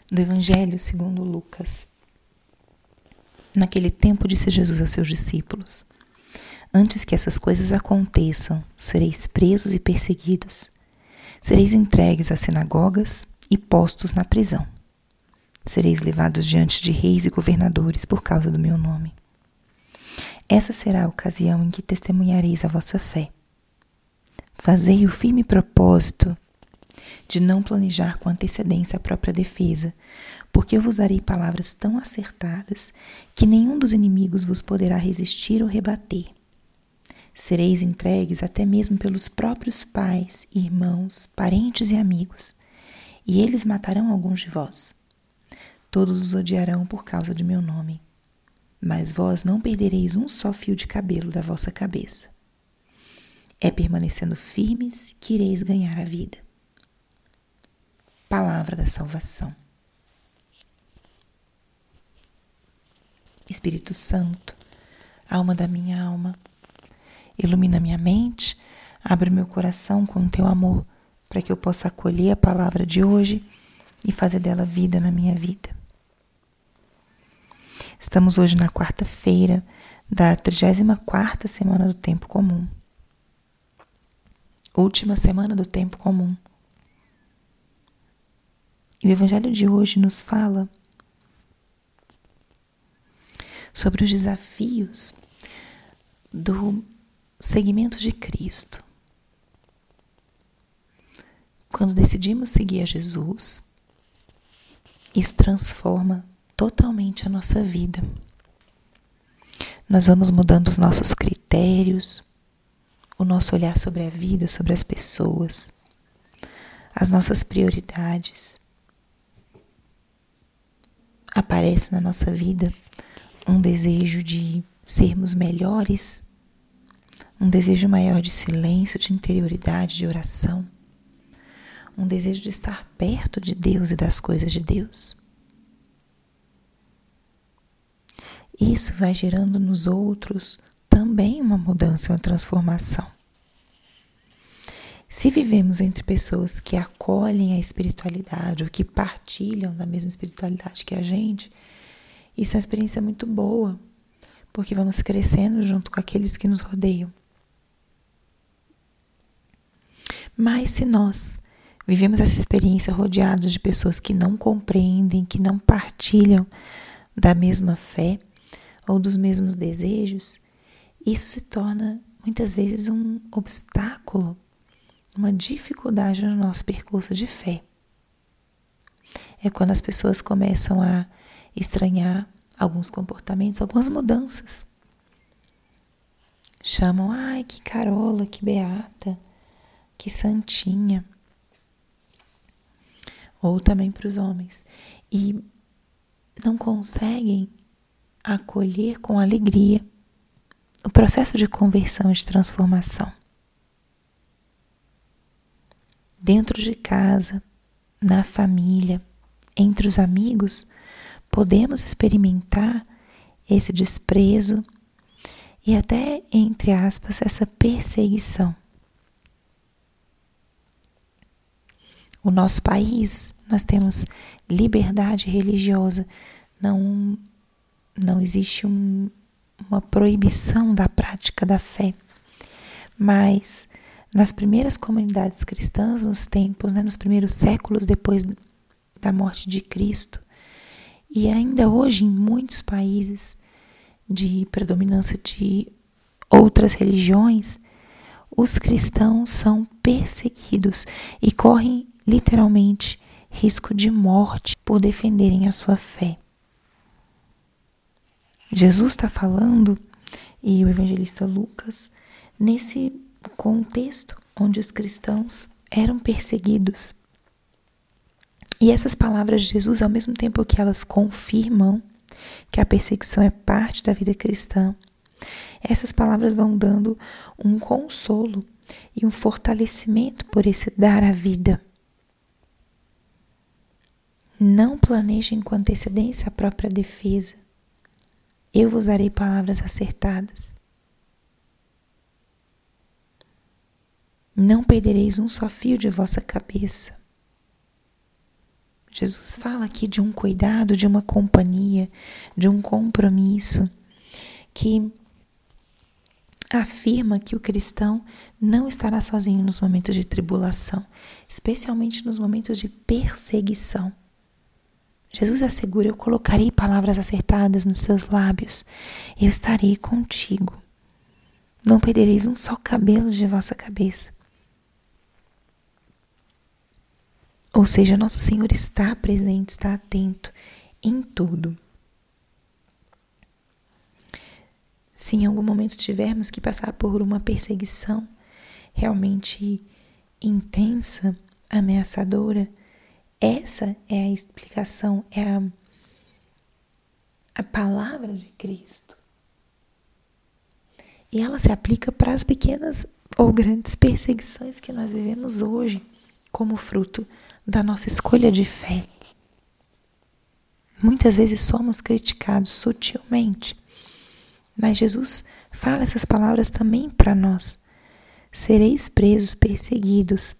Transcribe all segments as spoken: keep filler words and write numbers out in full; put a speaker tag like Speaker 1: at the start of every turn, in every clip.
Speaker 1: do Evangelho segundo Lucas. Naquele tempo disse Jesus a seus discípulos: antes que essas coisas aconteçam, sereis presos e perseguidos. Sereis entregues às sinagogas e postos na prisão. Sereis levados diante de reis e governadores por causa do meu nome. Essa será a ocasião em que testemunhareis a vossa fé. Fazei o firme propósito de não planejar com antecedência a própria defesa, porque eu vos darei palavras tão acertadas que nenhum dos inimigos vos poderá resistir ou rebater. Sereis entregues até mesmo pelos próprios pais, irmãos, parentes e amigos, e eles matarão alguns de vós. Todos vos odiarão por causa de meu nome, mas vós não perdereis um só fio de cabelo da vossa cabeça. É permanecendo firmes que ireis ganhar a vida. Palavra da salvação. Espírito Santo, alma da minha alma, ilumina minha mente, abre meu coração com o teu amor, para que eu possa acolher a palavra de hoje e fazer dela vida na minha vida. Estamos hoje na quarta-feira da trigésima quarta semana do tempo comum. Última semana do tempo comum. E o Evangelho de hoje nos fala sobre os desafios do seguimento de Cristo. Quando decidimos seguir a Jesus, isso transforma totalmente a nossa vida. Nós vamos mudando os nossos critérios, o nosso olhar sobre a vida, sobre as pessoas, as nossas prioridades. Aparece na nossa vida um desejo de sermos melhores, um desejo maior de silêncio, de interioridade, de oração, um desejo de estar perto de Deus e das coisas de Deus. Isso vai gerando nos outros também uma mudança, uma transformação. Se vivemos entre pessoas que acolhem a espiritualidade ou que partilham da mesma espiritualidade que a gente, isso é uma experiência muito boa, porque vamos crescendo junto com aqueles que nos rodeiam. Mas se nós vivemos essa experiência rodeados de pessoas que não compreendem, que não partilham da mesma fé ou dos mesmos desejos, isso se torna muitas vezes um obstáculo, uma dificuldade no nosso percurso de fé. É quando as pessoas começam a estranhar alguns comportamentos, algumas mudanças. Chamam, ai, que carola, que beata, que santinha. Ou também para os homens. E não conseguem acolher com alegria o processo de conversão e de transformação. Dentro de casa, na família, entre os amigos, podemos experimentar esse desprezo e até, entre aspas, essa perseguição. O nosso país, nós temos liberdade religiosa, não, não existe um, uma proibição da prática da fé, mas nas primeiras comunidades cristãs, nos tempos, né, nos primeiros séculos depois da morte de Cristo, e ainda hoje em muitos países de predominância de outras religiões, os cristãos são perseguidos e correm literalmente risco de morte por defenderem a sua fé. Jesus está falando, e o evangelista Lucas, nesse contexto onde os cristãos eram perseguidos. E essas palavras de Jesus, ao mesmo tempo que elas confirmam que a perseguição é parte da vida cristã, essas palavras vão dando um consolo e um fortalecimento por esse dar a vida. Não planejem com antecedência a própria defesa. Eu vos darei palavras acertadas. Não perdereis um só fio de vossa cabeça. Jesus fala aqui de um cuidado, de uma companhia, de um compromisso que afirma que o cristão não estará sozinho nos momentos de tribulação, especialmente nos momentos de perseguição. Jesus assegura: eu colocarei palavras acertadas nos seus lábios, eu estarei contigo. Não perdereis um só cabelo de vossa cabeça. Ou seja, nosso Senhor está presente, está atento em tudo. Se em algum momento tivermos que passar por uma perseguição realmente intensa, ameaçadora, essa é a explicação, é a, a palavra de Cristo. E ela se aplica para as pequenas ou grandes perseguições que nós vivemos hoje, como fruto da nossa escolha de fé. Muitas vezes somos criticados sutilmente, mas Jesus fala essas palavras também para nós. Sereis presos, perseguidos.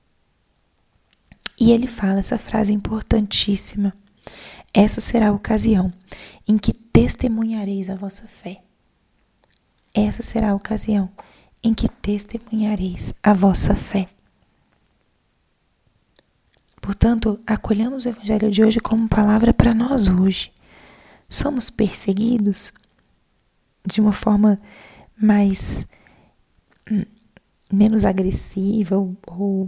Speaker 1: E ele fala essa frase importantíssima: essa será a ocasião em que testemunhareis a vossa fé. Essa será a ocasião em que testemunhareis a vossa fé. Portanto, acolhamos o Evangelho de hoje como palavra para nós hoje. Somos perseguidos de uma forma mais menos agressiva ou, ou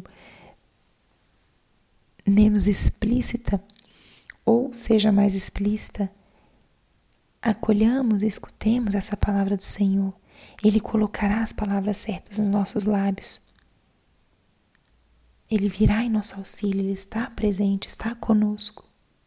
Speaker 1: menos explícita, ou seja mais explícita. Acolhamos e escutemos essa palavra do Senhor. Ele colocará as palavras certas nos nossos lábios. Ele virá em nosso auxílio, Ele está presente, está conosco,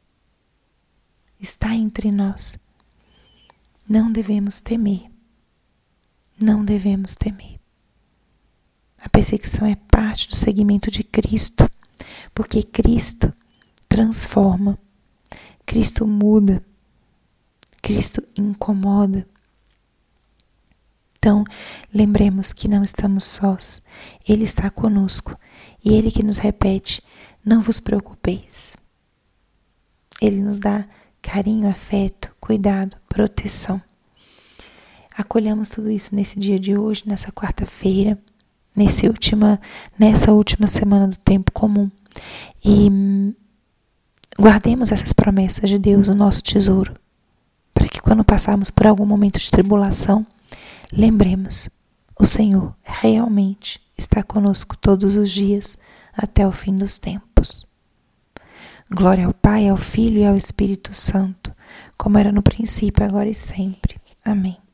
Speaker 1: está entre nós. Não devemos temer, não devemos temer. A perseguição é parte do seguimento de Cristo, porque Cristo transforma, Cristo muda, Cristo incomoda. Então, lembremos que não estamos sós, Ele está conosco e Ele que nos repete: não vos preocupeis. Ele nos dá carinho, afeto, cuidado, proteção. Acolhamos tudo isso nesse dia de hoje, nessa quarta-feira, nesse última, nessa última semana do tempo comum, e guardemos essas promessas de Deus, o nosso tesouro, para que quando passarmos por algum momento de tribulação, lembremos: o Senhor realmente está conosco todos os dias até o fim dos tempos. Glória ao Pai, ao Filho e ao Espírito Santo, como era no princípio, agora e sempre. Amém.